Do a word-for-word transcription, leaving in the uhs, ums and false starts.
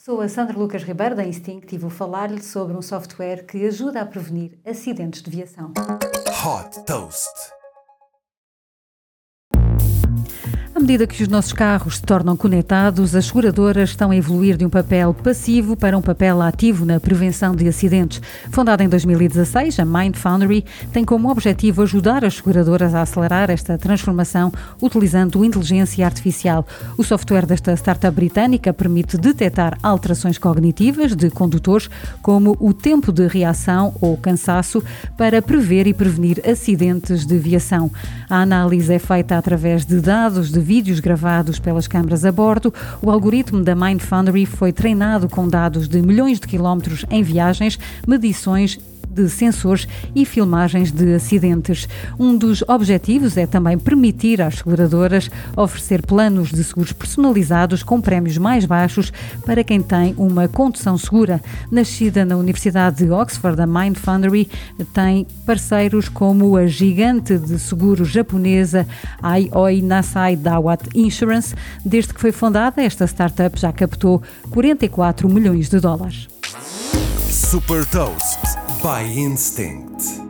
Sou a Sandra Lucas Ribeiro da Instinct e vou falar-lhe sobre um software que ajuda a prevenir acidentes de viação. Hot Toast. À medida que os nossos carros se tornam conectados, as seguradoras estão a evoluir de um papel passivo para um papel ativo na prevenção de acidentes. Fundada em dois mil e dezasseis, a Mind Foundry tem como objetivo ajudar as seguradoras a acelerar esta transformação utilizando inteligência artificial. O software desta startup britânica permite detectar alterações cognitivas de condutores, como o tempo de reação ou cansaço, para prever e prevenir acidentes de viação. A análise é feita através de dados de vídeos gravados pelas câmaras a bordo. O algoritmo da Mind Foundry foi treinado com dados de milhões de quilómetros em viagens, medições de sensores e filmagens de acidentes. Um dos objetivos é também permitir às seguradoras oferecer planos de seguros personalizados com prémios mais baixos para quem tem uma condução segura. Nascida na Universidade de Oxford, a Mind Foundry tem parceiros como a gigante de seguros japonesa Aioi Nasai Dawat Insurance. Desde que foi fundada, esta startup já captou quarenta e quatro milhões de dólares. Super Toast by Instinct.